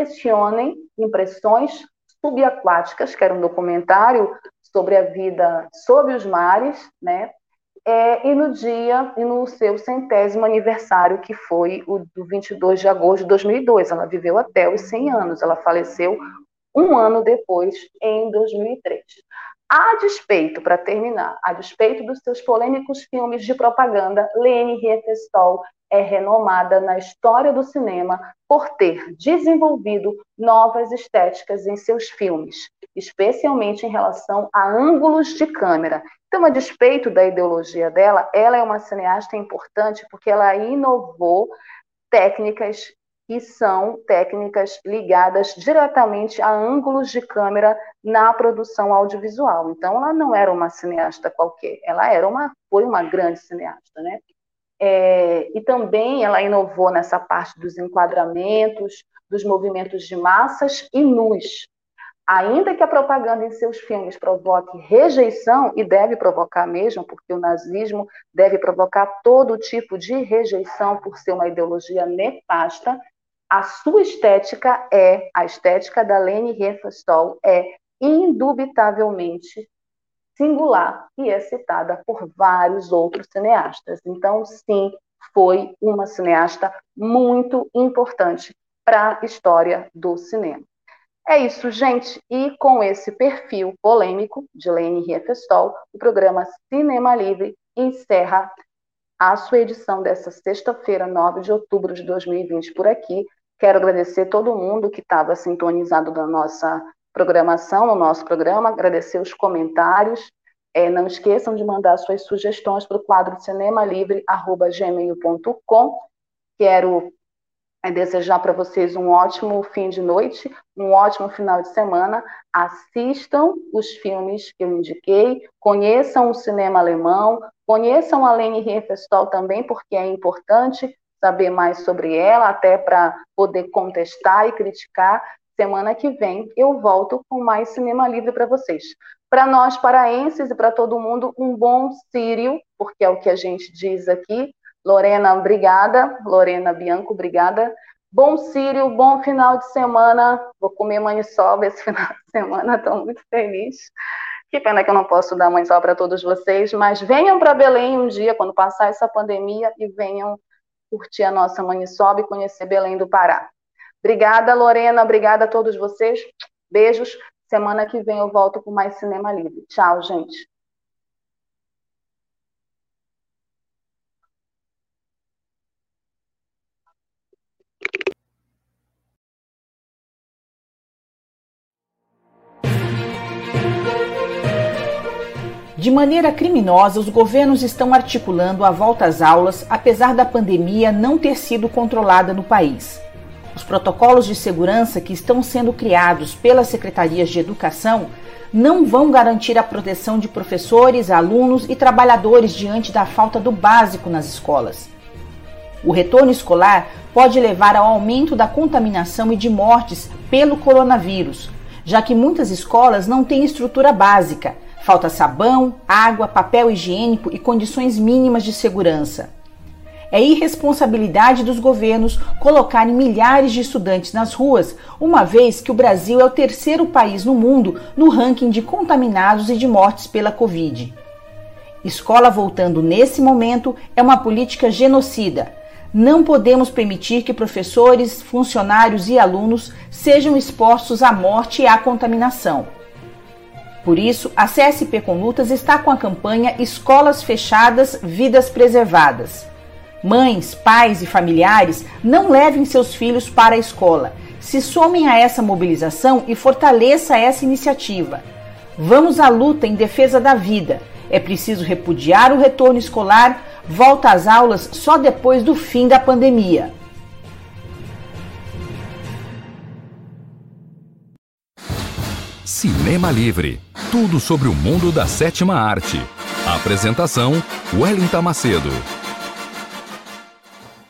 [SPEAKER 2] Impressões Subaquáticas, que era um documentário sobre a vida sob os mares, né? E no seu 100º aniversário, que foi o do 22 de agosto de 2002. Ela viveu até os 100 anos, ela faleceu um ano depois, em 2003. A despeito, para terminar, a despeito dos seus polêmicos filmes de propaganda, Leni Riefenstahl é renomada na história do cinema por ter desenvolvido novas estéticas em seus filmes, especialmente em relação a ângulos de câmera. Então, a despeito da ideologia dela, ela é uma cineasta importante porque ela inovou técnicas que são técnicas ligadas diretamente a ângulos de câmera na produção audiovisual. Então, ela não era uma cineasta qualquer, foi uma grande cineasta, né? E também ela inovou nessa parte dos enquadramentos, dos movimentos de massas e nus. Ainda que a propaganda em seus filmes provoque rejeição, e deve provocar mesmo, porque o nazismo deve provocar todo tipo de rejeição por ser uma ideologia nefasta, a sua estética a estética da Leni Riefenstahl é indubitavelmente singular e é citada por vários outros cineastas. Então, sim, foi uma cineasta muito importante para a história do cinema. É isso, gente. E com esse perfil polêmico de Leni Riefenstahl, o programa Cinema Livre encerra a sua edição dessa sexta-feira, 9 de outubro de 2020, por aqui. Quero agradecer todo mundo que estava sintonizado na nossa programação, no nosso programa, agradecer os comentários. Não esqueçam de mandar suas sugestões para o quadro cinemalivre@gmail.com. Quero desejar para vocês um ótimo fim de noite, um ótimo final de semana. Assistam os filmes que eu indiquei, conheçam o cinema alemão, conheçam a Leni Riefenstahl também, porque é importante saber mais sobre ela, até para poder contestar e criticar. Semana que vem eu volto com mais Cinema Livre para vocês. Para nós paraenses e para todo mundo, um bom Sírio, porque é o que a gente diz aqui. Lorena, obrigada. Lorena Bianco, obrigada. Bom Sírio, bom final de semana. Vou comer maniçoba esse final de semana, estou muito feliz. Que pena que eu não posso dar maniçoba para todos vocês, mas venham para Belém um dia, quando passar essa pandemia, e venham curtir a nossa maniçoba e conhecer Belém do Pará. Obrigada, Lorena, obrigada a todos vocês. Beijos. Semana que vem eu volto com mais Cinema Livre. Tchau, gente.
[SPEAKER 4] De maneira criminosa, os governos estão articulando a volta às aulas, apesar da pandemia não ter sido controlada no país. Os protocolos de segurança que estão sendo criados pelas secretarias de educação não vão garantir a proteção de professores, alunos e trabalhadores diante da falta do básico nas escolas. O retorno escolar pode levar ao aumento da contaminação e de mortes pelo coronavírus, já que muitas escolas não têm estrutura básica. Falta sabão, água, papel higiênico e condições mínimas de segurança. É irresponsabilidade dos governos colocarem milhares de estudantes nas ruas, uma vez que o Brasil é o terceiro país no mundo no ranking de contaminados e de mortes pela Covid. Escola voltando nesse momento é uma política genocida. Não podemos permitir que professores, funcionários e alunos sejam expostos à morte e à contaminação. Por isso, a CSP com Lutas está com a campanha Escolas Fechadas, Vidas Preservadas. Mães, pais e familiares, não levem seus filhos para a escola. Se somem a essa mobilização e fortaleça essa iniciativa. Vamos à luta em defesa da vida. É preciso repudiar o retorno escolar, volta às aulas só depois do fim da pandemia.
[SPEAKER 1] Cinema Livre. Tudo sobre o mundo da sétima arte. Apresentação: Wellington Macedo.